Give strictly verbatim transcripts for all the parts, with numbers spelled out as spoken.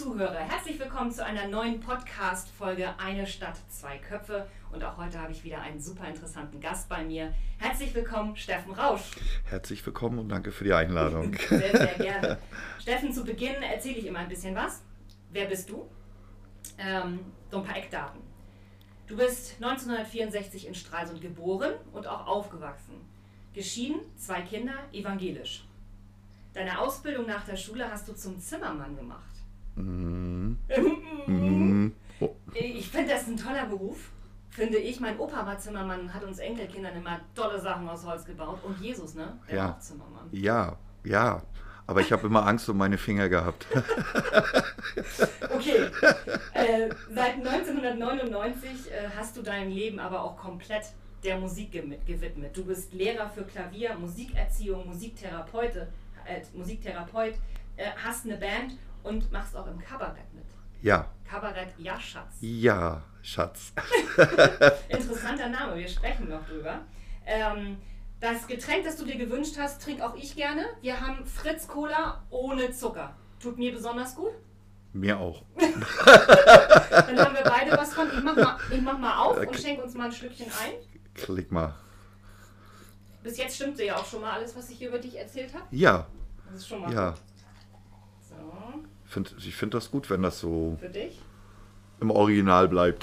Zuhörer, herzlich willkommen zu einer neuen Podcast-Folge Eine Stadt, zwei Köpfe. Und auch heute habe ich wieder einen super interessanten Gast bei mir. Herzlich willkommen, Steffen Rausch. Herzlich willkommen und danke für die Einladung. Sehr, sehr gerne. Steffen, zu Beginn erzähle ich immer ein bisschen was. Wer bist du? Ähm, so ein paar Eckdaten. Du bist neunzehnhundertvierundsechzig in Stralsund geboren und auch aufgewachsen. Geschieden, zwei Kinder, evangelisch. Deine Ausbildung nach der Schule hast du zum Zimmermann gemacht. Mm. Mm. Oh. Ich finde das ein toller Beruf, finde ich. Mein Opa war Zimmermann und hat uns Enkelkindern immer tolle Sachen aus Holz gebaut. Und Jesus, ne? Der Ja. war auch Zimmermann. Ja, ja. Aber ich habe immer Angst um meine Finger gehabt. Okay. Äh, seit neunzehnhundertneunundneunzig äh, hast du dein Leben aber auch komplett der Musik gewidmet. Du bist Lehrer für Klavier, Musikerziehung, Musiktherapeute, äh, Musiktherapeut, äh, hast eine Band und machst auch im Kabarett mit. Ja. Kabarett, ja, Schatz. Ja, Schatz. Interessanter Name, wir sprechen noch drüber. Ähm, das Getränk, das du dir gewünscht hast, trinke auch ich gerne. Wir haben Fritz Cola ohne Zucker. Tut mir besonders gut. Mir auch. Dann haben wir beide was von. Ich mach mal, ich mach mal auf und schenke uns mal ein Schlückchen ein. Klick mal. Bis jetzt stimmte ja auch schon mal alles, was ich hier über dich erzählt habe. Ja. Das ist schon mal Ja. gut. So, Find, ich finde das gut, wenn das so für dich. im Original bleibt.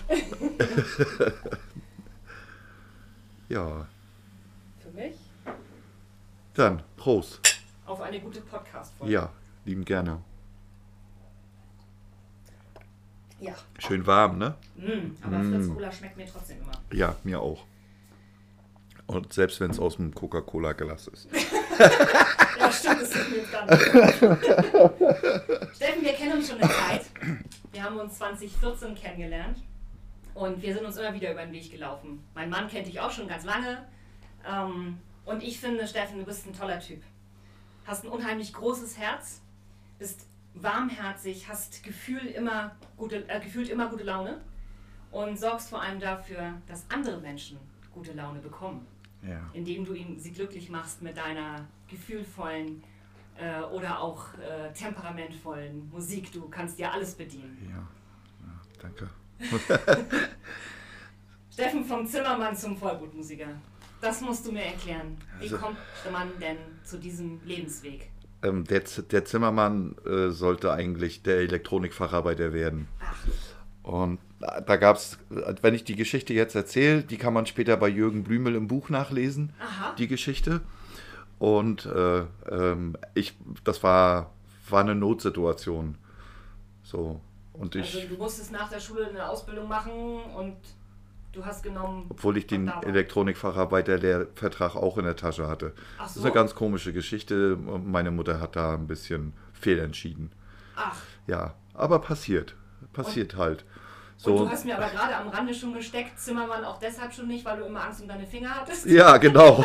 Ja. Für mich. Dann, Prost. Auf eine gute Podcast-Folge. Ja, lieben gerne. Ja. Schön warm, ne? Mm, aber Mm. Fritz Cola schmeckt mir trotzdem immer. Ja, mir auch. Und selbst wenn es aus dem Coca-Cola-Glas ist. Ja, stimmt, das ist mir jetzt gar nicht. Steffen, wir kennen uns schon eine Zeit. Wir haben uns zwanzig vierzehn kennengelernt und wir sind uns immer wieder über den Weg gelaufen. Mein Mann kennt dich auch schon ganz lange. Ähm, und ich finde, Steffen, du bist ein toller Typ. Hast ein unheimlich großes Herz, bist warmherzig, hast Gefühl immer gute, äh, gefühlt immer gute Laune und sorgst vor allem dafür, dass andere Menschen gute Laune bekommen. Ja. Indem du ihn, sie glücklich machst mit deiner gefühlvollen äh, oder auch äh, temperamentvollen Musik. Du kannst ja alles bedienen. Ja, ja, danke. Steffen, vom Zimmermann zum Vollblutmusiker. Das musst du mir erklären. Wie Also, kommt der Mann denn zu diesem Lebensweg? Ähm, der, Z- der Zimmermann äh, sollte eigentlich der Elektronikfacharbeiter werden. Ach, Und da gab es, wenn ich die Geschichte jetzt erzähle, die kann man später bei Jürgen Blümel im Buch nachlesen, aha. die Geschichte. Und äh, ähm, ich, das war, war eine Notsituation. So. Und ich, Also du musstest nach der Schule eine Ausbildung machen und du hast genommen... obwohl ich den und da war- Elektronikfacharbeiter der Vertrag auch in der Tasche hatte. Ach Das so. ist eine ganz komische Geschichte. Meine Mutter hat da ein bisschen fehlentschieden. Ach, Ja, aber passiert. Passiert halt. und So. du hast mir aber gerade am Rande schon gesteckt, Zimmermann auch deshalb schon nicht, weil du immer Angst um deine Finger hattest. Ja, genau.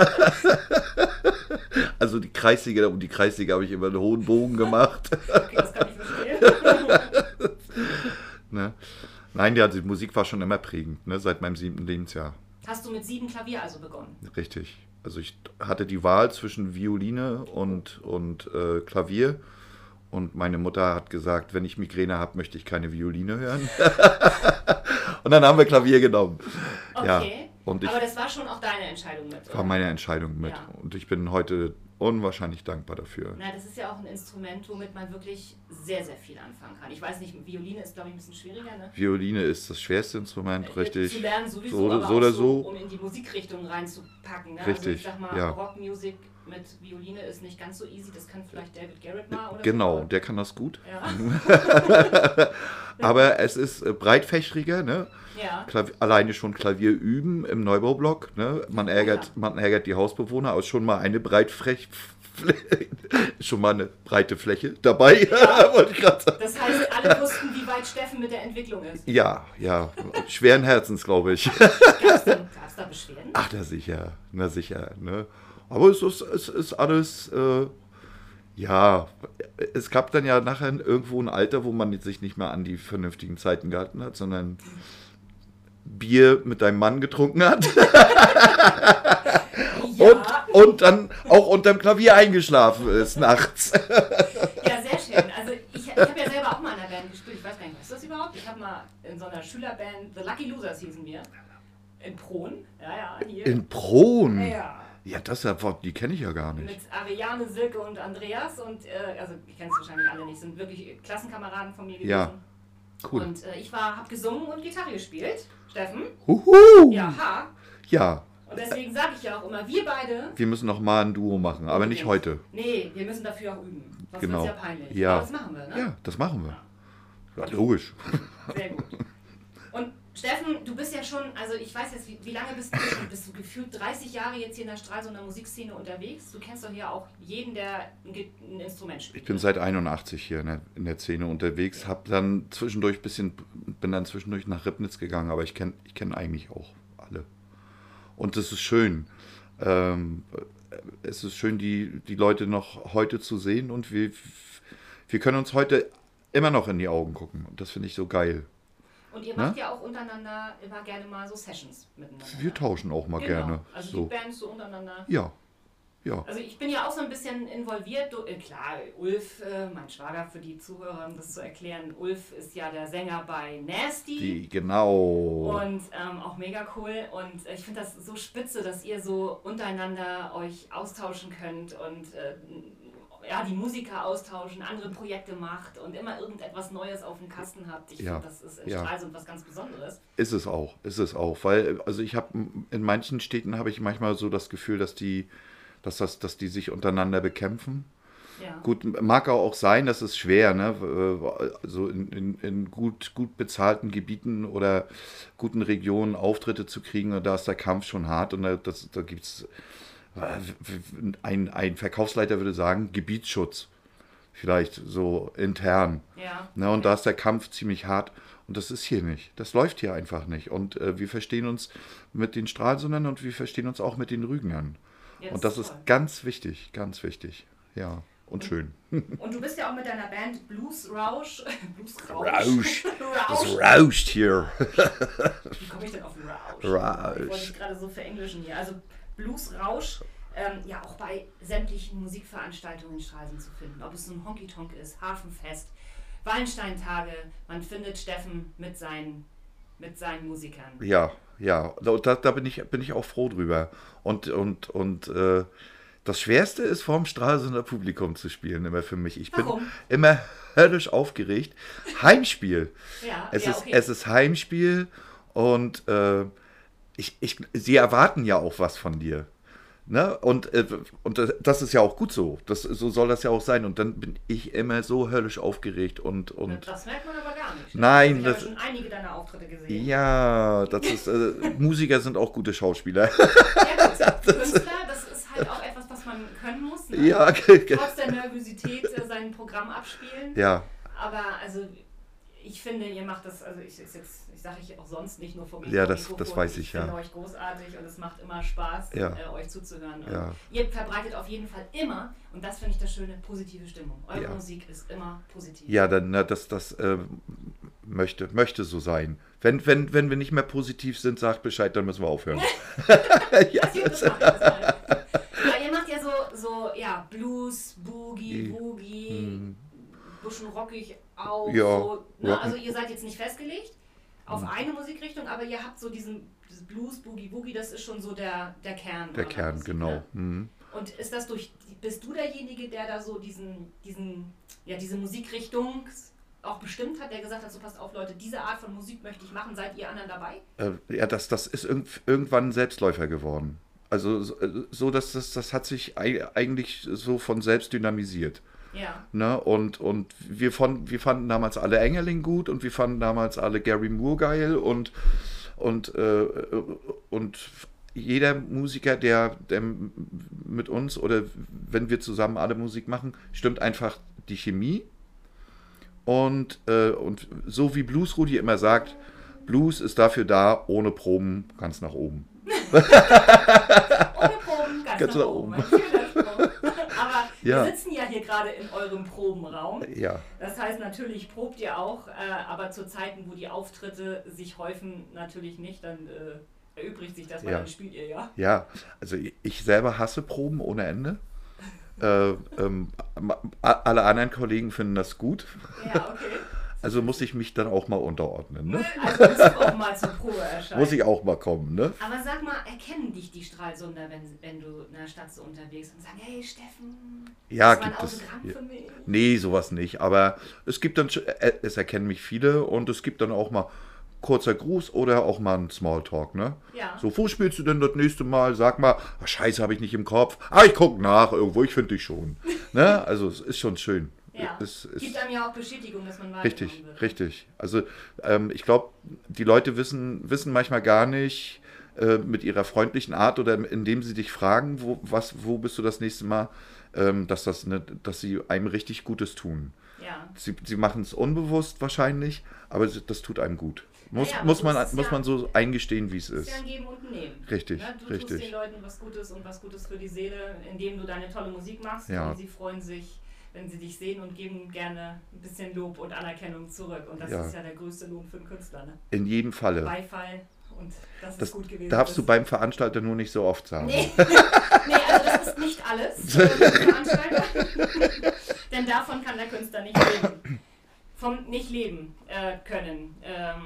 Also die Kreisliga, um die Kreisliga habe ich immer einen hohen Bogen gemacht. Okay, das kann ich verstehen. Ne? Nein, ja, die Musik war schon immer prägend, ne? Seit meinem siebten Lebensjahr. Hast du mit sieben Klavier also begonnen? Richtig. Also ich hatte die Wahl zwischen Violine und, und äh, Klavier. Und meine Mutter hat gesagt, wenn ich Migräne habe, möchte ich keine Violine hören. Und dann haben wir Klavier genommen. Okay, Ja, und ich aber das war schon auch deine Entscheidung mit, war oder? meine Entscheidung mit. Ja. Und ich bin heute unwahrscheinlich dankbar dafür. Na, das ist ja auch ein Instrument, womit man wirklich sehr, sehr viel anfangen kann. Ich weiß nicht, Violine ist, glaube ich, ein bisschen schwieriger, ne? Violine ist das schwerste Instrument, Äh, richtig. Zu lernen sowieso, So, aber so auch oder so, so. um in die Musikrichtung reinzupacken. Ne? Also Richtig, ich sag mal, ja. Rockmusik mit Violine ist nicht ganz so easy, das kann vielleicht David Garrett mal oder Genau, so. der kann das gut. Ja. Aber es ist äh, breitfächriger, ne? Ja. Klavier, alleine schon Klavier üben im Neubaublock, ne? Man ärgert, Ja. man ärgert die Hausbewohner, aber schon mal eine breitfrech, schon mal eine breite Fläche dabei, Ja. wollte ich gerade sagen. Das heißt, alle wussten, wie weit Steffen mit der Entwicklung ist. Ja, ja, schweren Herzens, glaube ich. Gab's da, gab's da Beschwerden? Ach, na sicher, na sicher, ne? Aber es ist, es ist alles, äh, ja, es gab dann ja nachher irgendwo ein Alter, wo man sich nicht mehr an die vernünftigen Zeiten gehalten hat, sondern Bier mit deinem Mann getrunken hat Ja. und, und dann auch unterm Klavier eingeschlafen ist nachts. Ja, sehr schön. Also ich, ich habe ja selber auch mal in einer in so einer Schülerband, The Lucky Losers hießen wir, in Prohn, ja, ja, hier. In Prohn? Ja, ja. Ja, das ist ja, die kenne ich ja gar nicht. Mit Ariane, Silke und Andreas und, äh, also, ich kenne es wahrscheinlich alle nicht, sind wirklich Klassenkameraden von mir gewesen. Ja, cool. Und äh, ich war, hab gesungen und Gitarre gespielt, Steffen. Huhu! Ja, ha. Ja. Und deswegen sage ich ja auch immer, wir beide... Wir müssen noch mal ein Duo machen, aber nicht heute. Nee, wir müssen dafür auch üben. Sonst Genau. wird es ja peinlich. Ja. Aber das machen wir, ne? Ja, das machen wir. Ja, logisch. Sehr gut. Und Steffen, du bist ja schon, also ich weiß jetzt, wie, wie lange bist du schon? Bist du gefühlt dreißig Jahre jetzt hier in der Stralsunder Musikszene unterwegs? Du kennst doch hier auch jeden, der ein, ein Instrument spielt. Ich bin seit einundachtzig hier in der, in der Szene unterwegs, hab dann zwischendurch bisschen, bin dann zwischendurch nach Ribnitz gegangen, aber ich kenne ich kenn eigentlich auch alle. Und das ist schön. Ähm, es ist schön, die, die Leute noch heute zu sehen und wir, wir können uns heute immer noch in die Augen gucken. Und das finde ich so geil. Und ihr macht ne? ja auch untereinander immer gerne mal so Sessions miteinander. Wir tauschen auch mal genau. gerne. Also so. die Bands so untereinander. Ja. Ja. Also ich bin ja auch so ein bisschen involviert. Du, äh, klar, Ulf, äh, mein Schwager, für die Zuhörer, um das zu erklären, Ulf ist ja der Sänger bei Nasty. Die, genau. Und ähm, auch mega cool. Und äh, ich finde das so spitze, dass ihr so untereinander euch austauschen könnt und äh, ja, die Musiker austauschen, andere Projekte macht und immer irgendetwas Neues auf dem Kasten habt. Ich ja. finde, das ist in ja. Stralsund was ganz Besonderes. Ist es auch, ist es auch. Weil, also ich habe, in manchen Städten habe ich manchmal so das Gefühl, dass die, dass das, dass die sich untereinander bekämpfen. Ja. Gut, mag auch sein, das ist schwer, ne? Also in, in, in gut, gut bezahlten Gebieten oder guten Regionen Auftritte zu kriegen, und da ist der Kampf schon hart und da, das, da gibt es ein, ein Verkaufsleiter würde sagen, Gebietsschutz. Vielleicht so intern. Ja. Ne? Und da ist der Kampf ziemlich hart. Und das ist hier nicht. Das läuft hier einfach nicht. Und äh, wir verstehen uns mit den Stralsundern und wir verstehen uns auch mit den Rügenern. Ja, das und das ist, ist ganz wichtig, ganz wichtig. Ja, und, und schön. Und du bist ja auch mit deiner Band Blues Rausch. Blues Rausch. Rausch. Rausch. Es rauscht hier. Wie komme ich denn auf Rausch? Rausch. Ich wollte dich gerade so verenglischen hier. Also Blues Rausch. Ähm, ja, auch bei sämtlichen Musikveranstaltungen in Stralsund zu finden. Ob es so ein Honky-Tonk ist, Hafenfest, Wallensteintage. Man findet Steffen mit seinen, mit seinen Musikern. Ja, ja. Da, da bin ich, bin ich auch froh drüber. Und, und, und äh, das Schwerste ist, vorm Stralsunder Publikum zu spielen, immer für mich. Ich Warum? bin immer höllisch aufgeregt. Heimspiel. ja, es, ja, ist, okay. es ist Heimspiel und äh, ich, ich, sie erwarten ja auch was von dir. Ne? Und, äh, und das ist ja auch gut so. Das, so soll das ja auch sein. Und dann bin ich immer so höllisch aufgeregt. Und, und das merkt man aber gar nicht. Nein. Ich habe das, schon einige deiner Auftritte gesehen. Ja, das ist, äh, Musiker sind auch gute Schauspieler. Ja, gut. Künstler, das ist halt auch etwas, was man können muss. Ne? Ja, okay. Trotz der Nervosität äh, sein Programm abspielen. Ja. Aber also ich finde, ihr macht das, also ich ist jetzt, ich sage ich auch sonst nicht nur vom Ja, das, das weiß ich, ich ja. finde euch großartig und es macht immer Spaß, ja. äh, euch zuzuhören. Und ja. Ihr verbreitet auf jeden Fall immer, und das finde ich das Schöne, positive Stimmung. Eure ja. Musik ist immer positiv. Ja, dann, na, das, das äh, möchte, möchte so sein. Wenn, wenn, wenn wir nicht mehr positiv sind, sagt Bescheid, dann müssen wir aufhören. ja, das das macht das mal. Ja, ihr macht ja so, so ja, Blues, Boogie, Woogie, hm. bisschen rockig auch. Ja, so, ne? Also ihr seid jetzt nicht festgelegt auf hm. eine Musikrichtung, aber ihr habt so diesen Blues, Boogie, Woogie, das ist schon so der, der Kern. Der Kern, Musik, genau. Ne? Hm. Und ist das durch, bist du derjenige, der da so diesen, diesen, ja, diese Musikrichtung auch bestimmt hat, der gesagt hat, so passt auf Leute, diese Art von Musik möchte ich machen, seid ihr anderen dabei? Äh, ja, das, das ist irg- irgendwann ein Selbstläufer geworden. Also so, so dass das, das hat sich eigentlich so von selbst dynamisiert. Ja. Ne? Und, und wir, von, wir fanden damals alle Engerling gut und wir fanden damals alle Gary Moore geil und, und, äh, und jeder Musiker, der, der mit uns oder wenn wir zusammen alle Musik machen, stimmt einfach die Chemie. Und, äh, und so wie Blues Rudi immer sagt, Blues ist dafür da, ohne Proben ganz nach oben. Ohne Proben ganz, ganz nach, nach oben. oben. Aber ja. Wir sitzen ja hier gerade in eurem Probenraum. Ja. Das heißt, natürlich probt ihr auch, äh, aber zu Zeiten, wo die Auftritte sich häufen, natürlich nicht, dann äh, erübrigt sich das, weil ja. dann spielt ihr ja. Ja, also ich selber hasse Proben ohne Ende. äh, ähm, alle anderen Kollegen finden das gut. Ja, okay. also muss ich mich dann auch mal unterordnen, ne? Also musst du auch mal zur Probe erscheinen. Muss ich auch mal kommen, ne? Aber sag mal, erkennen dich die Stralsunder, wenn, wenn du in der Stadt so unterwegs bist und sagen, hey Steffen, Ja, das war ein gibt es. Autogramm für mich? Nee, sowas nicht. Aber es gibt dann, sch- äh, es erkennen mich viele und es gibt dann auch mal kurzer Gruß oder auch mal ein Smalltalk, ne? Ja. So, wo spielst du denn das nächste Mal? Sag mal, ach, Scheiße, habe ich nicht im Kopf. Ah, ich guck nach irgendwo, ich finde dich schon. Ne? Also es ist schon schön. Ja, Es ist gibt einem ja auch Bestätigung, dass man wahrgenommen richtig, wird. richtig. Also ähm, ich glaube, die Leute wissen, wissen manchmal gar nicht äh, mit ihrer freundlichen Art oder indem sie dich fragen, wo, was, wo bist du das nächste Mal, ähm, dass, das ne, dass sie einem richtig Gutes tun. Ja. Sie, sie machen es unbewusst wahrscheinlich, aber das tut einem gut. Muss, Naja, aber muss, so man, ist es muss ja. man so eingestehen, wie es Das ist. ist ja ein Geben und ein Nehmen. Richtig, Ne? Du richtig. tust den Leuten was Gutes und was Gutes für die Seele, indem du deine tolle Musik machst Ja. und sie freuen sich, wenn sie dich sehen und geben gerne ein bisschen Lob und Anerkennung zurück. Und das Ja. ist ja der größte Lohn für einen Künstler. Ne? In jedem Falle. Beifall und das, Das ist gut gewesen. darfst du ist. beim Veranstalter nur nicht so oft sagen. Nee, nee, also das ist nicht alles äh, beim Veranstalter. Denn davon kann der Künstler nicht leben. Vom nicht leben äh, können. Ähm,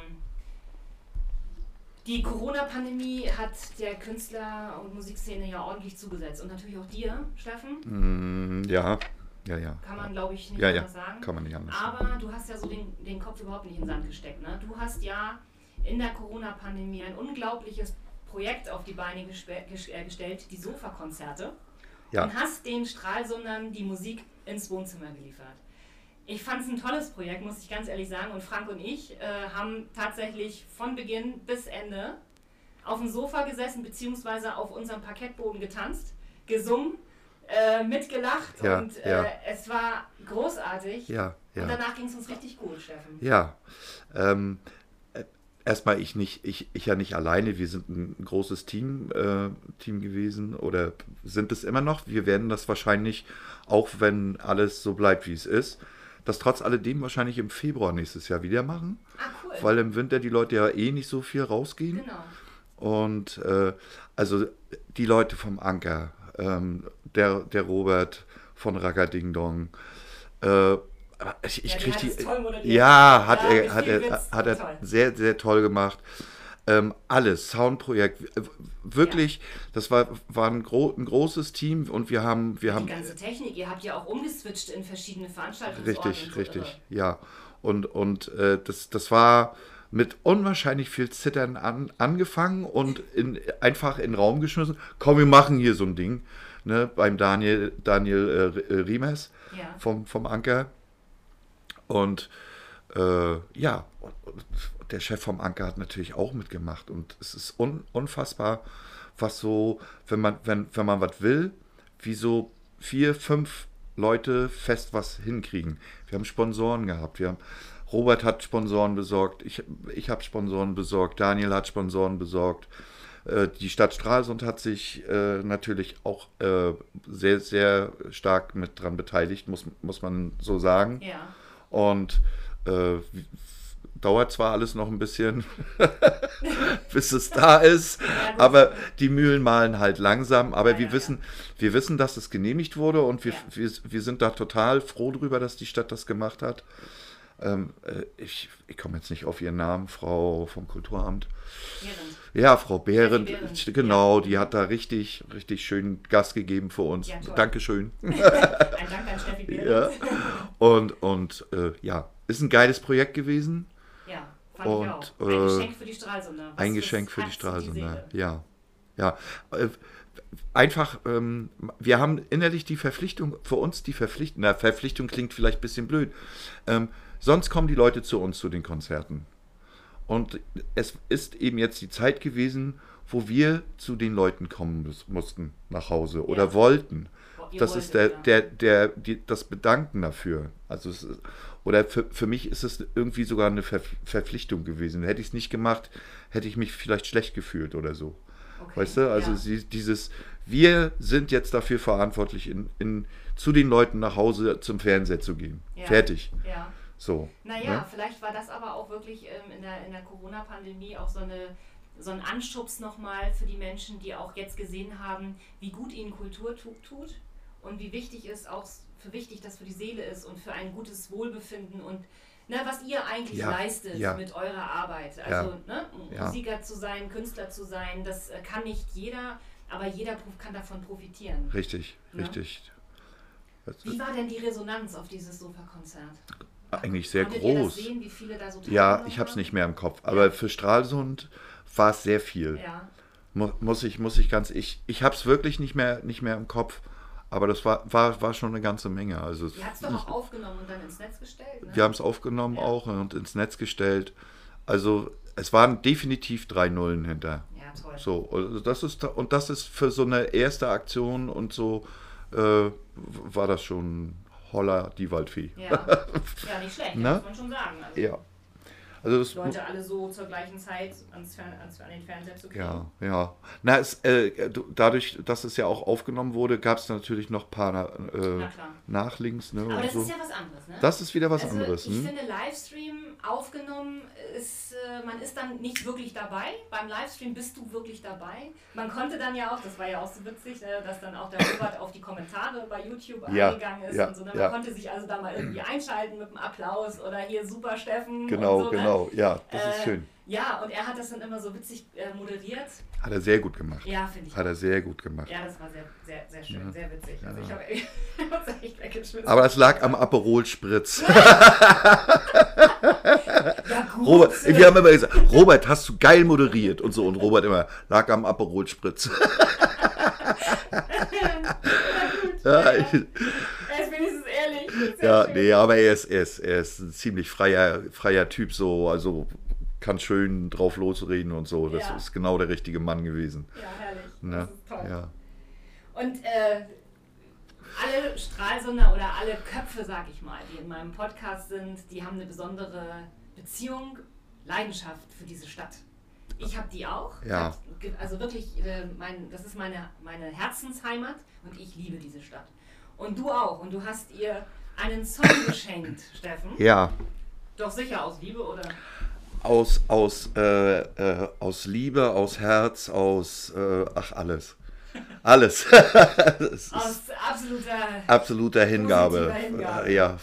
die Corona-Pandemie hat der Künstler- und Musikszene ja ordentlich zugesetzt. Und natürlich auch dir, Steffen. Mm, ja, ja, ja. Kann man, glaube ich, nicht Ja, ja, anders sagen. kann man nicht anders sagen. Aber du hast ja so den, den Kopf überhaupt nicht in den Sand gesteckt. Ne? Du hast ja in der Corona-Pandemie ein unglaubliches Projekt auf die Beine gespe- ges- äh, gestellt, die Sofa-Konzerte. Ja. Und hast den Stralsundern die Musik ins Wohnzimmer geliefert. Ich fand es ein tolles Projekt, muss ich ganz ehrlich sagen. Und Frank und ich äh, haben tatsächlich von Beginn bis Ende auf dem Sofa gesessen, beziehungsweise auf unserem Parkettboden getanzt, gesungen, äh, mitgelacht Ja, und äh, ja. es war großartig. Ja, Und ja. danach ging es uns richtig gut, Steffen. Ja. Ähm, äh, erstmal ich nicht, ich, ich ja nicht alleine. Wir sind ein großes Team, äh, Team gewesen oder sind es immer noch. Wir werden das wahrscheinlich, auch wenn alles so bleibt, wie es ist, das trotz alledem wahrscheinlich im Februar nächstes Jahr wieder machen. Ah, cool. Weil im Winter die Leute ja eh nicht so viel rausgehen. Genau. Und äh, also die Leute vom Anker, ähm, der, der Robert von Ragga Ding Dong, äh, ich, ich Ja, der krieg hat die. es toll moderiert. Ja, hat Ja, er, mit hat viel er, Witz. hat er Toll. sehr, sehr toll gemacht. Ähm, alles, Soundprojekt, w- wirklich, das war, war ein, gro ein großes Team und wir haben, wir Die haben ganze Technik, ihr habt ja auch umgeswitcht in verschiedene Veranstaltungsorte. richtig, und so richtig, irre. ja. Und, und äh, das, das war mit unwahrscheinlich viel Zittern an, angefangen und in, einfach in den Raum geschmissen. Komm, wir machen hier so ein Ding. Ne, beim Daniel, Daniel äh, Riemes Ja. vom, vom Anker. Und äh, ja, und, und der Chef vom Anker hat natürlich auch mitgemacht. Und es ist un, unfassbar, was so, wenn man, wenn, wenn man was will, wie so vier, fünf Leute fest was hinkriegen. Wir haben Sponsoren gehabt. Wir haben, Robert hat Sponsoren besorgt, ich, ich habe Sponsoren besorgt, Daniel hat Sponsoren besorgt. Äh, die Stadt Stralsund hat sich äh, natürlich auch äh, sehr, sehr stark mit dran beteiligt, muss, muss man so sagen. Ja. Und äh, dauert zwar alles noch ein bisschen, bis es da ist, Ja, gut. aber die Mühlen mahlen halt langsam. Aber Ja, wir ja, wissen, wir wissen, dass es genehmigt wurde und wir, Ja. wir, wir sind da total froh drüber, dass die Stadt das gemacht hat. Ähm, äh, ich ich komme jetzt nicht auf ihren Namen, Frau vom Kulturamt. Behrendt. Ja, Frau Behrendt, Behrendt, genau, ja. die hat da richtig, richtig schön Gas gegeben für uns. Ja, toll. Dankeschön. Ein Dank an Steffi Ja. Behrendt. Und, und äh, ja, ist ein geiles Projekt gewesen. Ja, fand Und, ich auch. Ein äh, Geschenk für die Stralsunder. Was Ein fürs Geschenk für die Herz und Stralsunder. Seele. Ja, ja. Äh, Einfach, ähm, wir haben innerlich die Verpflichtung, für uns die Verpflichtung, na, Verpflichtung klingt vielleicht ein bisschen blöd. Ähm, sonst kommen die Leute zu uns zu den Konzerten. Und es ist eben jetzt die Zeit gewesen, wo wir zu den Leuten kommen mus mussten nach Hause oder Ja. wollten. Ihr Das ist der, wolltet, ja. der, der, die, das Bedanken dafür. Also es ist, oder für, für mich ist es irgendwie sogar eine Ver Verpflichtung gewesen. Hätte ich es nicht gemacht, hätte ich mich vielleicht schlecht gefühlt oder so. Okay, Weißt du, also ja. sie, dieses, wir sind jetzt dafür verantwortlich, in, in, zu den Leuten nach Hause zum Fernseher zu gehen. Ja. Fertig. Ja. So. Naja, ne? vielleicht war das aber auch wirklich ähm, in der, in der Corona-Pandemie auch so, eine, so ein Anschubs nochmal für die Menschen, die auch jetzt gesehen haben, wie gut ihnen Kultur tu tut und wie wichtig ist auch für wichtig das für die Seele ist und für ein gutes Wohlbefinden und ne, was ihr eigentlich ja, leistet ja. mit eurer Arbeit. Also ja. ne, ja. Musiker zu sein, Künstler zu sein, das kann nicht jeder, aber jeder kann davon profitieren. Richtig, ne? richtig. Wie war denn die Resonanz auf dieses Sofa-Konzert? Eigentlich sehr Konntet groß. Ihr das sehen, wie viele da so ja, ich habe es nicht mehr im Kopf, aber ja. für Stralsund war es sehr viel. Ja. Mu muss ich, muss ich ganz, ich, ich habe es wirklich nicht mehr, nicht mehr im Kopf, aber das war, war, war schon eine ganze Menge. Also Ihr habt es doch auch aufgenommen und dann ins Netz gestellt, ne? Wir haben es aufgenommen ja. auch und ins Netz gestellt. Also es waren definitiv drei Nullen hinter. Ja, toll. So, also das ist, und das ist für so eine erste Aktion und so, äh, war das schon holla die Waldfee. Ja, ja nicht schlecht, muss man schon sagen. Also ja. Also das Leute alle so zur gleichen Zeit ans Fern ans, an den Fernseher zu kriegen. Ja, ja. Na, es, äh, dadurch, dass es ja auch aufgenommen wurde, gab es natürlich noch ein paar äh, Na Nachlinks. Ne, Aber das so. ist ja was anderes, ne? Das ist wieder was also anderes. Ich hm? finde, Livestream aufgenommen, ist, äh, man ist dann nicht wirklich dabei. Beim Livestream bist du wirklich dabei. Man konnte dann ja auch, das war ja auch so witzig, äh, dass dann auch der Robert auf die Kommentare bei YouTube ja, eingegangen ist ja, und so. Ne? Man ja. konnte sich also da mal irgendwie einschalten mit einem Applaus oder hier super Steffen. Genau, und so, genau, ne? ja, das äh, ist schön. Ja, und er hat das dann immer so witzig äh, moderiert. Hat er sehr gut gemacht. Ja, finde ich. Hat auch. er sehr gut gemacht. Ja, das war sehr, sehr, sehr schön, ja. sehr witzig. Also ja. ich habe uns echt weggeschmissen. Aber es lag am Aperol Spritz. Ja, gut. Robert, wir haben immer gesagt, Robert, hast du geil moderiert und so. Und Robert immer, lag am Aperol Spritz. ja, ich, er ist wenigstens ehrlich. Ja, schön. nee, aber er ist, er, ist, er ist ein ziemlich freier, freier Typ, so, also kann schön drauf losreden und so. Das ja. ist genau der richtige Mann gewesen. Ja, herrlich. Ne? Das ist toll. Ja. Und äh, alle Stralsunder oder alle Köpfe, sag ich mal, die in meinem Podcast sind, die haben eine besondere Beziehung, Leidenschaft für diese Stadt. Ich habe die auch. Ja. Hab, also wirklich, äh, mein, das ist meine, meine Herzensheimat und ich liebe diese Stadt. Und du auch. Und du hast ihr einen Song geschenkt, Steffen. Ja. Doch sicher aus Liebe, oder? Aus, aus, äh, äh, aus Liebe, aus Herz, aus, äh, ach, alles. Alles. Aus absoluter, absoluter Hingabe. Hingabe. Ja.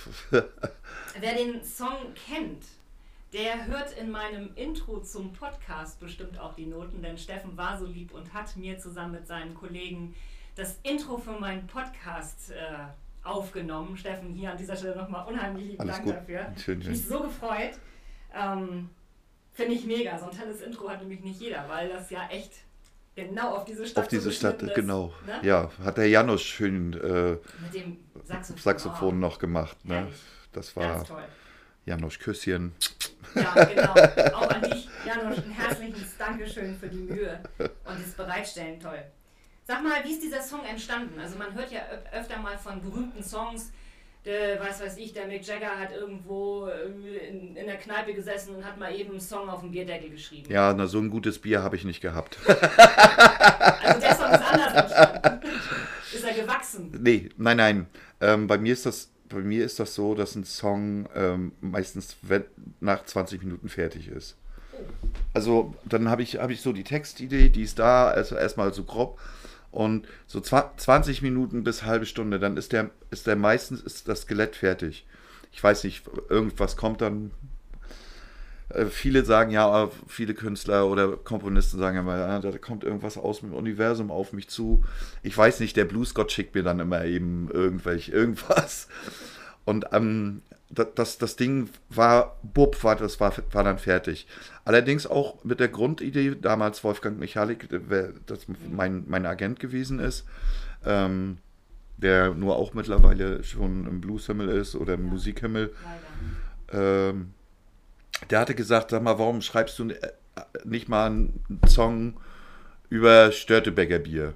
Wer den Song kennt, der hört in meinem Intro zum Podcast bestimmt auch die Noten, denn Steffen war so lieb und hat mir zusammen mit seinen Kollegen das Intro für meinen Podcast äh, aufgenommen. Steffen, hier an dieser Stelle nochmal unheimlich lieben Alles Dank gut. dafür. Schön, Ich mich so gefreut. Ähm, Finde ich mega. So ein tolles Intro hat nämlich nicht jeder, weil das ja echt genau auf diese Stadt Auf diese Stadt, ist, genau. Ne? Ja, hat der Janusz schön äh, mit dem Saxophon, Saxophon oh. noch gemacht. Ne? Herrlich. Das war Ganz toll. Janusz Küsschen. Ja, genau. Auch an dich, Janusz, ein herzliches Dankeschön für die Mühe und das Bereitstellen. Toll. Sag mal, wie ist dieser Song entstanden? Also man hört ja öf öfter mal von berühmten Songs, der, was weiß ich, der Mick Jagger hat irgendwo in, in der Kneipe gesessen und hat mal eben einen Song auf dem Bierdeckel geschrieben. Ja, na, so ein gutes Bier habe ich nicht gehabt. Also der Song ist anders entstanden. Ist er gewachsen? Nee, nein, nein. Ähm, bei mir ist das Bei mir ist das so, dass ein Song ähm, meistens wenn, nach zwanzig Minuten fertig ist. Also dann habe ich, hab ich so die Textidee, die ist da, also erstmal so grob. Und so zwanzig Minuten bis halbe Stunde, dann ist der, ist der meistens ist das Skelett fertig. Ich weiß nicht, irgendwas kommt dann. Äh, viele sagen ja, viele Künstler oder Komponisten sagen immer, ja, da kommt irgendwas aus dem Universum auf mich zu. Ich weiß nicht, der Bluesgott schickt mir dann immer eben irgendwelche, irgendwas. Und ähm, das, das Ding war, bupp, war, das war, war dann fertig. Allerdings auch mit der Grundidee, damals Wolfgang Michalik, das mein, mein Agent gewesen ist, ähm, der nur auch mittlerweile schon im Blueshimmel ist oder im ja. Musikhimmel. Ähm, der hatte gesagt, sag mal, warum schreibst du nicht mal einen Song über Störtebeker Bier?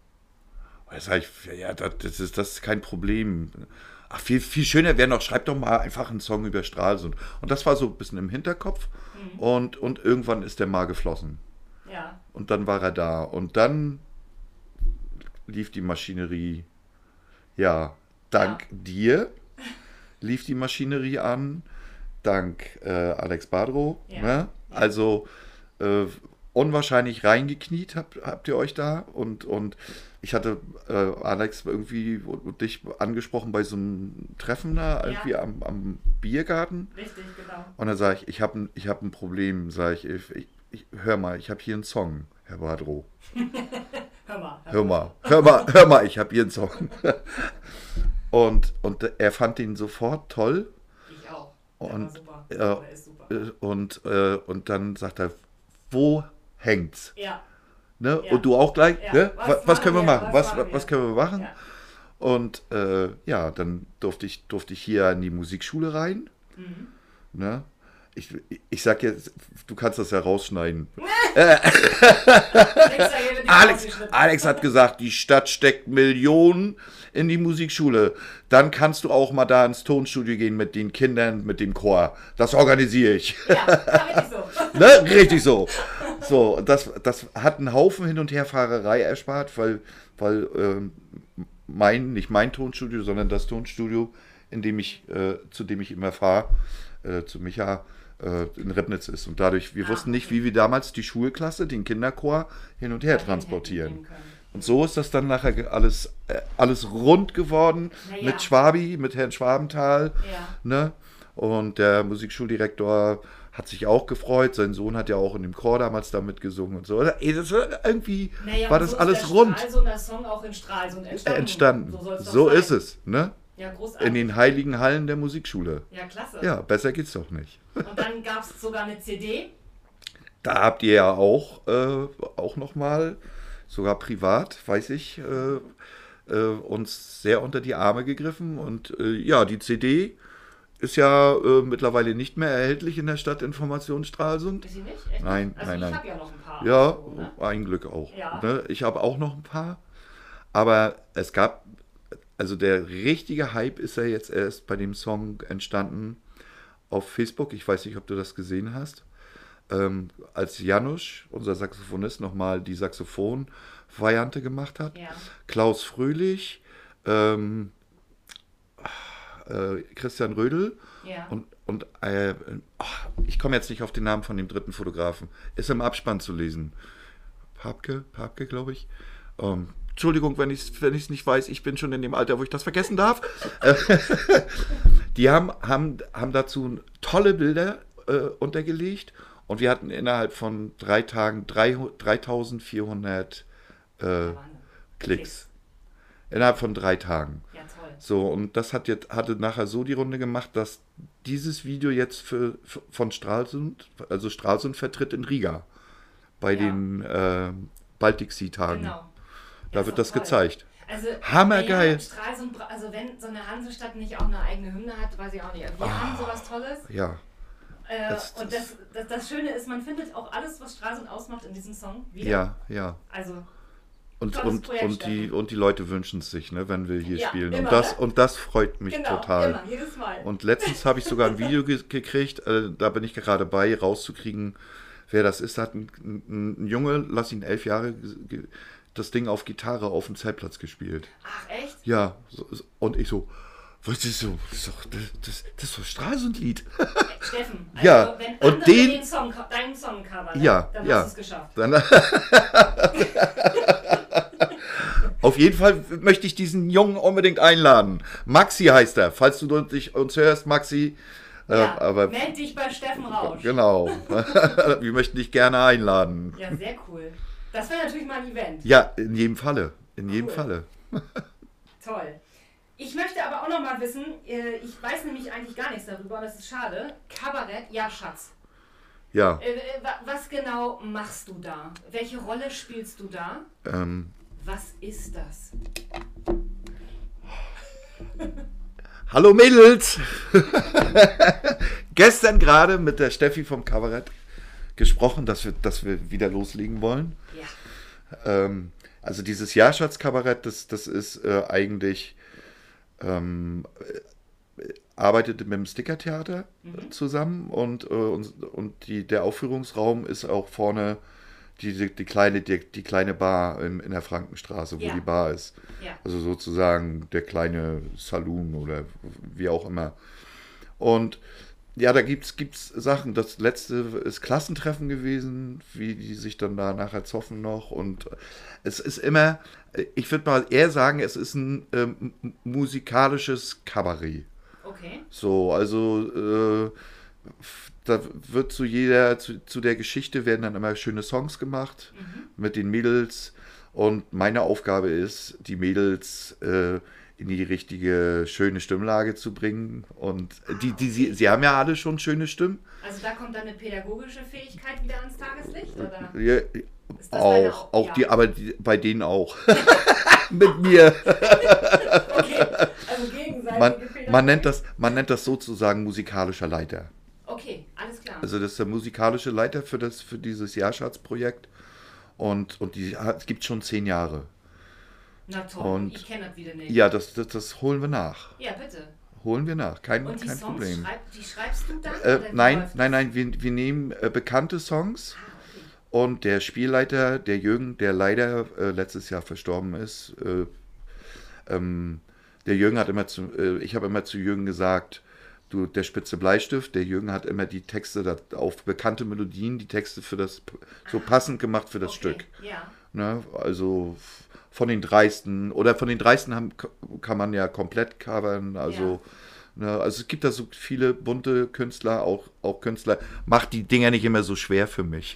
Da sage ich, ja, das ist, das ist kein Problem. Ach, viel, viel schöner wäre noch, schreib doch mal einfach einen Song über Stralsund. Und das war so ein bisschen im Hinterkopf mhm. und, und irgendwann ist der mal geflossen. Ja. Und dann war er da. Und dann lief die Maschinerie, ja, dank ja. dir lief die Maschinerie an, dank äh, Alex Badrow. Ja. Ne? Ja. Also äh, unwahrscheinlich reingekniet habt, habt ihr euch da und, und ich hatte äh, Alex irgendwie und, und dich angesprochen bei so einem Treffen da, irgendwie Ja. am, am Biergarten. Richtig, genau. Und dann sage ich, ich habe ein, ich hab ein Problem, sage ich, ich, ich, hör mal, ich habe hier einen Song, Herr Badro. Hör mal. Hör mal, hör mal, hör mal, ich habe hier einen Song. Und, und er fand ihn sofort toll. Ich auch. Der Und, war super. äh, Der ist super. äh, und, äh, und dann sagt er, wo hängt's? Ja. Ne? Ja. Und du auch gleich, Ja. ne? Was Was, was machen können wir wir? machen? Was Was, machen was, wir? können wir machen? Ja. Und äh, ja, dann durfte ich, durfte ich hier in die Musikschule rein. Mhm. Ne? Ich, ich sag jetzt, du kannst das ja rausschneiden. Alex, Alex hat gesagt, die Stadt steckt Millionen in die Musikschule. Dann kannst du auch mal da ins Tonstudio gehen mit den Kindern, mit dem Chor. Das organisiere ich. Ja, richtig so. Ne? Richtig so. So, das, das hat einen Haufen Hin- und Herfahrerei erspart, weil, weil ähm, mein, nicht mein Tonstudio, sondern das Tonstudio, in dem ich, äh, zu dem ich immer fahre, äh, zu Micha, äh, in Ribnitz ist. Und dadurch, wir Ah, wussten nicht, okay. wie wir damals die Schulklasse, den Kinderchor, hin und her Dahin transportieren. hätten können. Und so ist das dann nachher ge- alles, äh, alles rund geworden Na ja. mit Schwabi, mit Herrn Schwabenthal. Ja. Ne? Und der Musikschuldirektor hat sich auch gefreut. Sein Sohn hat ja auch in dem Chor damals da mitgesungen und so. Ey, das war, irgendwie Naja, war und das so ist alles der rund Stralsunder Song auch in Stralsund entstanden. entstanden. So, soll's doch So sein. ist es. Ne? Ja, großartig. In den heiligen Hallen der Musikschule. ja, klasse. Ja, besser geht's doch nicht. Und dann gab es sogar eine C D. Da habt ihr ja auch, äh, auch nochmal, sogar privat, weiß ich, äh, äh, uns sehr unter die Arme gegriffen. Und äh, ja, die C D ist ja äh, mittlerweile nicht mehr erhältlich in der Stadtinformation Stralsund. Ist sie nicht? Echt? Nein, also nein, ich nein. habe ja noch ein paar. Ja, So, ne? ein Glück auch. Ja. Ne? Ich habe auch noch ein paar. Aber es gab, also der richtige Hype ist ja jetzt erst bei dem Song entstanden auf Facebook. Ich weiß nicht, ob du das gesehen hast. Ähm, als Janusz, unser Saxophonist, nochmal die Saxophon-Variante gemacht hat. Ja. Klaus Fröhlich, ähm, äh, Christian Rödel Ja. und, und äh, ach, ich komme jetzt nicht auf den Namen von dem dritten Fotografen. Ist im Abspann zu lesen. Papke, Papke, glaube ich. Ähm, Entschuldigung, wenn ich es wenn ich's nicht weiß, ich bin schon in dem Alter, wo ich das vergessen darf. Die haben, haben, haben dazu tolle Bilder äh, untergelegt und wir hatten innerhalb von drei Tagen drei, dreitausendvierhundert äh, Wahnsinn. Klicks. Innerhalb von drei Tagen. Ja, toll. So, und das hat jetzt, hatte nachher so die Runde gemacht, dass dieses Video jetzt für, für von Stralsund, also Stralsund vertritt in Riga bei Ja. den äh, Baltic Sea Tagen. Genau. Da ist wird doch das toll. gezeigt. Also, Hammergeil. Ja, Stralsund, bra- also wenn so eine Hansestadt nicht auch eine eigene Hymne hat, weiß ich auch nicht. Wir haben sowas Tolles. Ja, Äh, Das- und das, das, das Schöne ist, man findet auch alles, was Stralsund ausmacht, in diesem Song wieder. ja, ja. Also, Und, Tolles und, Projekt, und, die, Steffen. und die Leute wünschen es sich, ne, wenn wir hier Ja, spielen. immer, Und das, ne? und das freut mich genau, total. immer, jedes Mal. Und letztens habe ich sogar ein Video ge gekriegt, äh, da bin ich gerade bei, rauszukriegen, wer das ist. Da hat ein, ein, ein Junge, lass ihn elf Jahre, ge- das Ding auf Gitarre auf dem Zeltplatz gespielt. Ach, echt? Ja, so, so- und ich so, was ist so, das ist doch, das, das, das ist doch Stralsund-Lied. Steffen, also Ja, wenn und andere den- den Song, deinen Song covern, Ja, dann ja. hast du es geschafft. Dann, auf jeden Fall möchte ich diesen Jungen unbedingt einladen. Maxi heißt er, falls du dich uns hörst, Maxi. Äh, Ja, aber meld dich bei Steffen Rausch. genau, wir möchten dich gerne einladen. Ja, sehr cool. Das wäre natürlich mal ein Event. Ja, in jedem Falle, in jedem Cool. Falle. Toll. Ich möchte aber auch noch mal wissen, äh, ich weiß nämlich eigentlich gar nichts darüber, und das ist schade. Kabarett, ja Schatz. Ja, Äh, äh, wa- was genau machst du da? Welche Rolle spielst du da? ähm, Was ist das? hallo Mädels! Gestern gerade mit der Steffi vom Kabarett gesprochen, dass wir, dass wir wieder loslegen wollen. Ja. Ähm, also dieses Jahrschatz-Kabarett, das, das ist äh, eigentlich, ähm, äh, arbeitet mit dem Stickertheater Mhm. zusammen und, äh, und, und die, der Aufführungsraum ist auch vorne die, die, die, kleine, die, die kleine Bar in, in der Frankenstraße, wo Ja. die Bar ist. Ja. Also sozusagen der kleine Saloon oder wie auch immer. Und Ja, da gibt's, gibt's Sachen. Das letzte ist Klassentreffen gewesen, wie die sich dann da nachher zoffen noch. Und es ist immer, ich würde mal eher sagen, es ist ein ähm, musikalisches Kabarett. Okay. So, also äh, da wird zu jeder, zu, zu der Geschichte werden dann immer schöne Songs gemacht Mhm. mit den Mädels. Und meine Aufgabe ist, die Mädels äh, in die richtige, schöne Stimmlage zu bringen. Und die, die, sie, sie haben ja alle schon schöne Stimmen. Also da kommt dann eine pädagogische Fähigkeit wieder ans Tageslicht, oder? Ja, Ist das deine auch, Au- auch ja. die, aber die, bei denen auch. Mit mir. Okay, also gegenseitige Man, Pädagogik. man, nennt das, man nennt das sozusagen musikalischer Leiter. Okay, alles klar. Also das ist der musikalische Leiter für, das, für dieses Jahrschatz-Projekt. Und, und die es gibt schon zehn Jahre. Na toll, und- ich kenne das wieder nicht. Ja, das, das, das holen wir nach. Ja, bitte. Holen wir nach. Kein, Und die kein Songs, Problem. schreib, die schreibst du dann? Äh, oder wie nein, läuft nein, das? nein, wir, wir nehmen äh, bekannte Songs Ah, okay. und der Spielleiter, der Jürgen, der leider äh, letztes Jahr verstorben ist, äh, ähm, der Jürgen hat immer zu, äh, ich habe immer zu Jürgen gesagt, du, der spitze Bleistift, der Jürgen hat immer die Texte da, auf bekannte Melodien, die Texte für das, so passend gemacht für das Okay, Stück. Ja. Ne? Also von den Dreisten, oder von den Dreisten haben, kann man ja komplett covern, also, ne? Also es gibt da so viele bunte Künstler, auch, auch Künstler, macht die Dinger nicht immer so schwer für mich.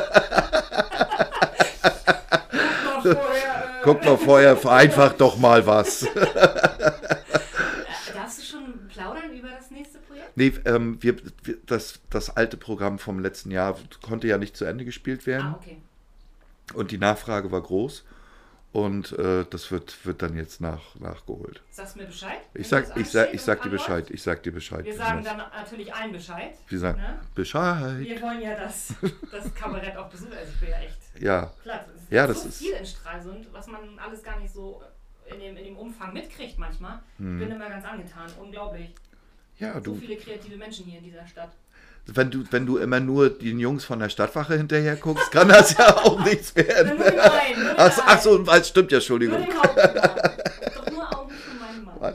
Mal vorher, äh, Guck mal vorher, vereinfacht doch mal was. äh, darfst du schon plaudern über das nächste Projekt? Nee, ähm, wir, wir, das, das alte Programm vom letzten Jahr konnte ja nicht zu Ende gespielt werden Ah, okay. und die Nachfrage war groß und äh, das wird, wird dann jetzt nach, nachgeholt. Sagst du mir Bescheid? Ich wenn sag, das ich sag, ansteht ich und sag dir anläuft? Bescheid, ich sag dir Bescheid. Wir sagen dann natürlich allen Bescheid. Wir sagen Ne? Bescheid. Wir wollen ja das, das Kabarett auch besuchen. Also ich bin ja echt Ja, platt. Es ist Ja, so das ist- viel in Stralsund, was man alles gar nicht so in dem, in dem Umfang mitkriegt manchmal. Ich bin immer ganz angetan. Unglaublich. ja, So du, viele kreative Menschen hier in dieser Stadt. wenn du, wenn du immer nur den Jungs von der Stadtwache hinterher guckst, kann das ja auch nichts werden. Nur den einen, nur den Ach, ach so, einen. das stimmt ja, Nur Entschuldigung. den Hauptmann. Doch nur Augen für meinen Mann.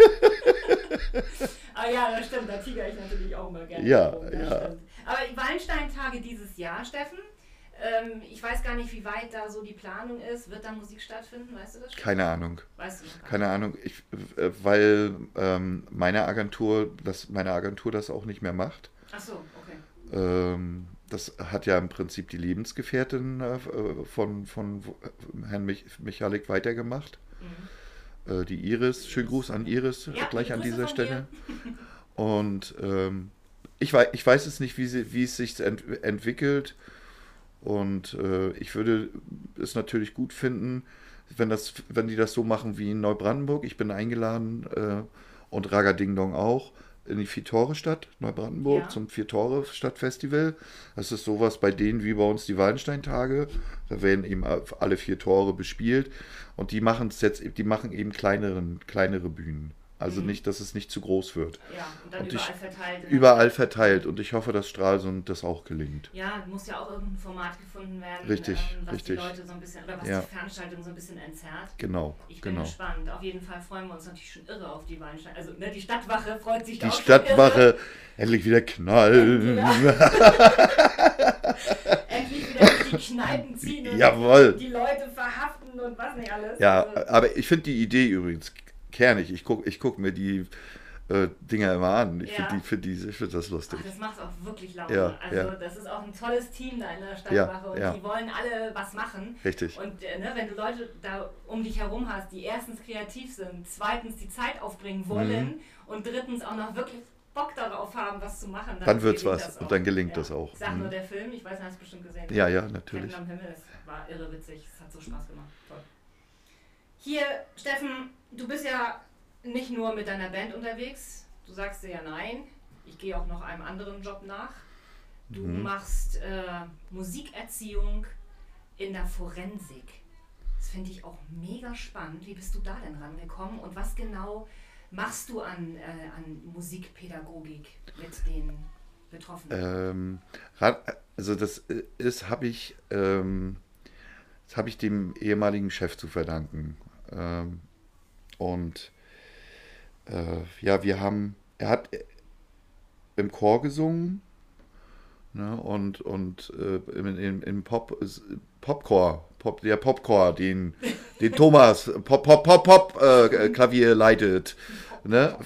Ah ja, das stimmt, da tiger ich natürlich auch mal gerne. Ja, rum, das ja. stimmt. Aber Wallenstein-Tage dieses Jahr, Steffen, ähm, ich weiß gar nicht, wie weit da so die Planung ist. Wird da Musik stattfinden? Weißt du das schon? Keine Ahnung. Weißt du noch gar Keine Ahnung, ich, äh, weil ähm, meine Agentur, das, meine Agentur das auch nicht mehr macht. nicht? Ach so, okay. Ähm, das hat ja im Prinzip die Lebensgefährtin äh, von, von Herrn Mich Michalik weitergemacht. Mhm. Äh, die Iris, schönen Gruß an Iris, Ja, gleich an Grüße dieser von Stelle. Und ähm, ich, weiß, ich weiß es nicht, wie, sie, wie es sich ent entwickelt. Und äh, ich würde es natürlich gut finden, wenn, das, wenn die das so machen wie in Neubrandenburg. Ich bin eingeladen äh, und Raga Ding Dong auch in die Vier-Tore-Stadt Neubrandenburg Ja. zum Vier-Tore-Stadtfestival. Das ist sowas bei denen wie bei uns die Wallenstein-Tage. Da werden eben alle vier Tore bespielt und die machen es jetzt, die machen eben kleineren, kleinere Bühnen. Also Mhm. nicht, dass es nicht zu groß wird. Ja, und dann Und die überall verteilt. in der Überall Stadt. verteilt und ich hoffe, dass Stralsund das auch gelingt. Ja, muss ja auch irgendein Format gefunden werden, Richtig, ähm, was richtig. die Leute so ein bisschen, oder was Ja. die Veranstaltung so ein bisschen entzerrt. Genau, Ich bin genau. gespannt. Auf jeden Fall freuen wir uns natürlich schon irre auf die Wallenstein. Also ne, die Stadtwache freut sich da Die auch schon irre. Stadtwache endlich wieder knallen. Endlich wieder durch die Kneipen ziehen und Jawohl. die Leute verhaften und was nicht alles. Ja, Also, aber ich finde die Idee übrigens kernig. Ich gucke ich guck mir die äh, Dinger immer an. Ich Ja. finde die, find die, ich find das ach, lustig. das macht auch wirklich Laune. Ja, also ja. das ist auch ein tolles Team da in der Stadtwache und ja. die wollen alle was machen. Richtig. Und äh, ne, wenn du Leute da um dich herum hast, die erstens kreativ sind, zweitens die Zeit aufbringen wollen Mhm. und drittens auch noch wirklich Bock darauf haben, was zu machen, Dann wird's gelingt was das und auch. dann gelingt ja. das auch. Ich sag Mhm. nur der Film, ich weiß, du hast es bestimmt gesehen. Ja, ja, Captain natürlich. am Himmel, das war irre witzig, es hat so Spaß gemacht. Toll. Hier, Steffen, du bist ja nicht nur mit deiner Band unterwegs, du sagst dir ja nein, ich gehe auch noch einem anderen Job nach. Du Mhm. machst äh, Musikerziehung in der Forensik. Das finde ich auch mega spannend. Wie bist du da denn rangekommen und was genau machst du an, äh, an Musikpädagogik mit den Betroffenen? Ähm, ra- also das ist, habe ich, ähm, das habe ich dem ehemaligen Chef zu verdanken. Ähm, und äh, ja, wir haben, er hat, im Chor gesungen. Ne, und und äh, im, im, im Pop, Popchor, Pop, der Popchor, den, den Thomas Pop, Pop, Pop, Pop äh, Klavier leitet. Ne?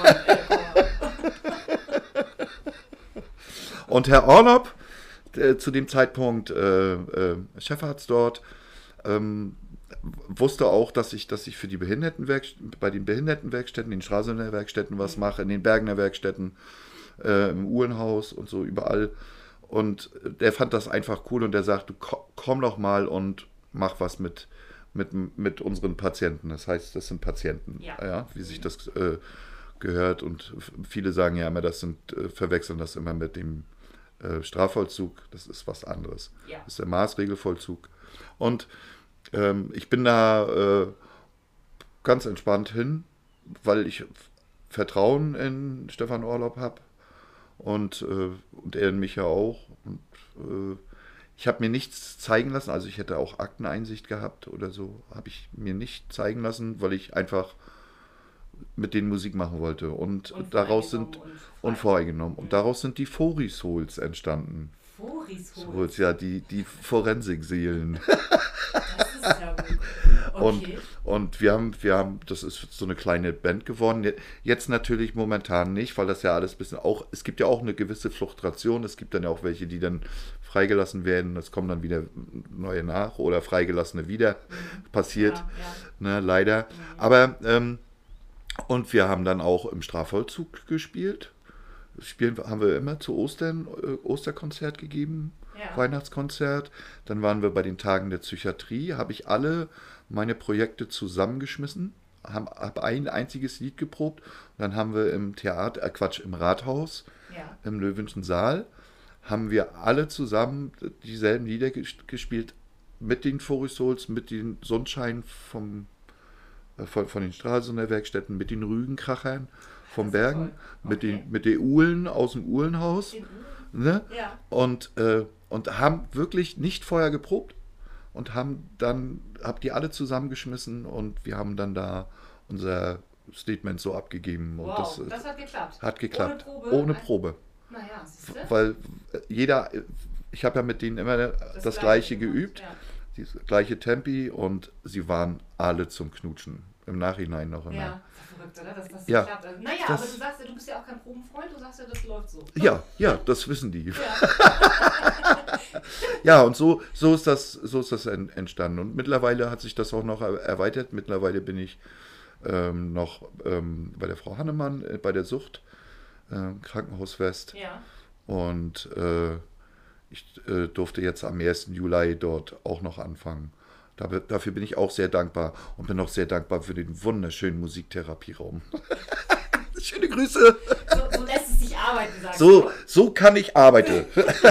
Und Herr Orlob, äh, zu dem Zeitpunkt äh, äh, Chefarzt dort, ähm, wusste auch, dass ich, dass ich für die Behindertenwerkstätten, bei den Behindertenwerkstätten, den Stralsunder Werkstätten was mache, in den Bergener Werkstätten, äh, im Uhrenhaus und so überall. Und der fand das einfach cool und der sagt, du komm doch mal und mach was mit, mit, mit unseren Patienten. Das heißt, das sind Patienten, ja, ja wie sich das äh, gehört. Und viele sagen ja immer, das sind, äh, verwechseln das immer mit dem äh, Strafvollzug. Das ist was anderes. Ja. Das ist der Maßregelvollzug. Und ähm, ich bin da äh, ganz entspannt hin, weil ich Vertrauen in Stefan Orlob habe. Und, äh, und er in mich ja auch. Und, äh, ich habe mir nichts zeigen lassen, also ich hätte auch Akteneinsicht gehabt oder so, habe ich mir nicht zeigen lassen, weil ich einfach mit denen Musik machen wollte. Und, und daraus sind und unvoreingenommen. Und daraus sind die Forishols entstanden. Forishols? Ja, die, die Forensikseelen. Das ist ja gut. Okay. Und, und wir haben, wir haben, das ist so eine kleine Band geworden. Jetzt natürlich momentan nicht, weil das ja alles ein bisschen auch, es gibt ja auch eine gewisse Fluktuation. Es gibt dann ja auch welche, die dann freigelassen werden. Es kommen dann wieder neue nach oder Freigelassene wieder. Mhm. Passiert, ja, ja. Ne, leider. Mhm. Aber, ähm, und wir haben dann auch im Strafvollzug gespielt. Spielen haben wir immer zu Ostern, äh, Osterkonzert gegeben. Ja. Weihnachtskonzert. Dann waren wir bei den Tagen der Psychiatrie. Habe ich alle meine Projekte zusammengeschmissen, habe hab ein einziges Lied geprobt. Und dann haben wir im Theater, äh Quatsch, im Rathaus, ja. im Löwenschen Saal, haben wir alle zusammen dieselben Lieder gespielt mit den Forishols, mit den Sonnenschein vom, äh, von, von den Stralsunder Werkstätten, mit den Rügenkrachern vom Bergen, okay. mit den mit den Uhlen aus dem Uhlenhaus. Ne? Ja. Und, äh, und haben wirklich nicht vorher geprobt und haben dann, hab die alle zusammengeschmissen und wir haben dann da unser Statement so abgegeben. Wow, und das, das hat geklappt. Hat geklappt. Ohne Probe? Ohne Probe. Naja, siehste? Weil jeder, ich habe ja mit denen immer das, das Gleiche geübt, ja. Das gleiche Tempi und sie waren alle zum Knutschen. Im Nachhinein noch immer. Ja, das ist verrückt, oder? Dass das so ja, klappt. Also, naja, das, aber du sagst ja, du bist ja auch kein Probenfreund, du sagst ja, das läuft so. Ja, ja, das wissen die. Ja, ja und so, so, ist das, so ist das entstanden. Und mittlerweile hat sich das auch noch erweitert. Mittlerweile bin ich ähm, noch ähm, bei der Frau Hannemann, äh, bei der Sucht, äh, Krankenhaus West. Ja. Und äh, ich äh, durfte jetzt am ersten Juli dort auch noch anfangen. Dafür bin ich auch sehr dankbar und bin auch sehr dankbar für den wunderschönen Musiktherapieraum. Schöne Grüße. So, so lässt es sich arbeiten, sagst so, du. So kann ich arbeiten.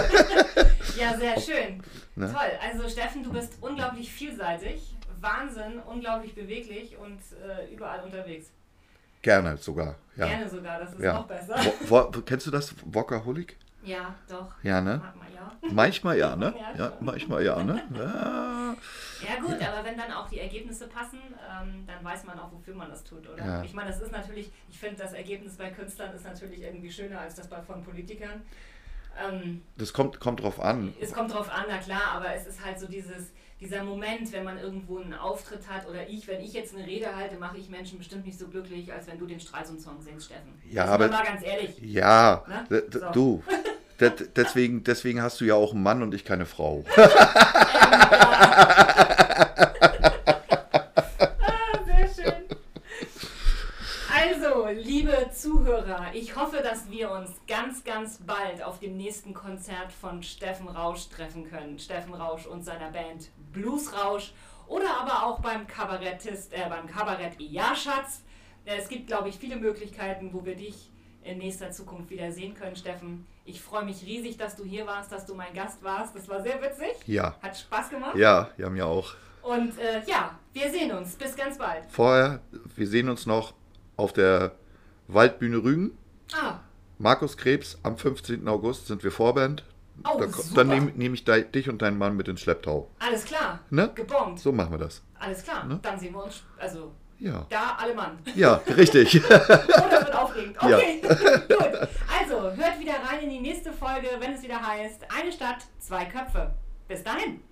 Ja, sehr schön. Ne? Toll. Also Steffen, du bist unglaublich vielseitig, Wahnsinn, unglaublich beweglich und äh, überall unterwegs. Gerne sogar. Ja. Gerne sogar, das ist ja. noch besser. Wo, wo, kennst du das Workaholic? Ja, doch. Ja, ne? Manchmal ja. Manchmal ja, ne? Ja, manchmal ja, ne? Ja. Ja gut, aber wenn dann auch die Ergebnisse passen, ähm, dann weiß man auch, wofür man das tut, oder? Ja. Ich meine, das ist natürlich, ich finde, das Ergebnis bei Künstlern ist natürlich irgendwie schöner als das bei von Politikern. Ähm, das kommt, kommt drauf an. Es kommt drauf an, na klar, aber es ist halt so dieses, dieser Moment, wenn man irgendwo einen Auftritt hat, oder ich, wenn ich jetzt eine Rede halte, mache ich Menschen bestimmt nicht so glücklich, als wenn du den Stralsund-Song singst, Steffen. Ja, das aber ist mal ganz ehrlich. Ja, so. Du. Deswegen, deswegen hast du ja auch einen Mann und ich keine Frau. Ähm, ja. Ah, sehr schön. Also, liebe Zuhörer, ich hoffe, dass wir uns ganz, ganz bald auf dem nächsten Konzert von Steffen Rausch treffen können. Steffen Rausch und seiner Band Blues Rausch oder aber auch beim Kabarettist, äh, beim Kabarett Ja Schatz. Es gibt, glaube ich, viele Möglichkeiten, wo wir dich in nächster Zukunft wieder sehen können, Steffen. Ich freue mich riesig, dass du hier warst, dass du mein Gast warst. Das war sehr witzig. Ja. Hat Spaß gemacht. Ja, ja, mir auch. Und äh, ja, wir sehen uns. Bis ganz bald. Vorher, wir sehen uns noch auf der Waldbühne Rügen. Ah. Markus Krebs, am fünfzehnten August sind wir Vorband. Oh, da, super. Dann nehme nehm ich dich und deinen Mann mit ins Schlepptau. Alles klar. Ne? Gebombt. So machen wir das. Alles klar. Ne? Dann sehen wir uns. Also. Ja. Da alle Mann. Ja, richtig. Oh, das wird aufregend. Okay, ja. gut. Also, hört wieder rein in die nächste Folge, wenn es wieder heißt, eine Stadt, zwei Köpfe. Bis dahin.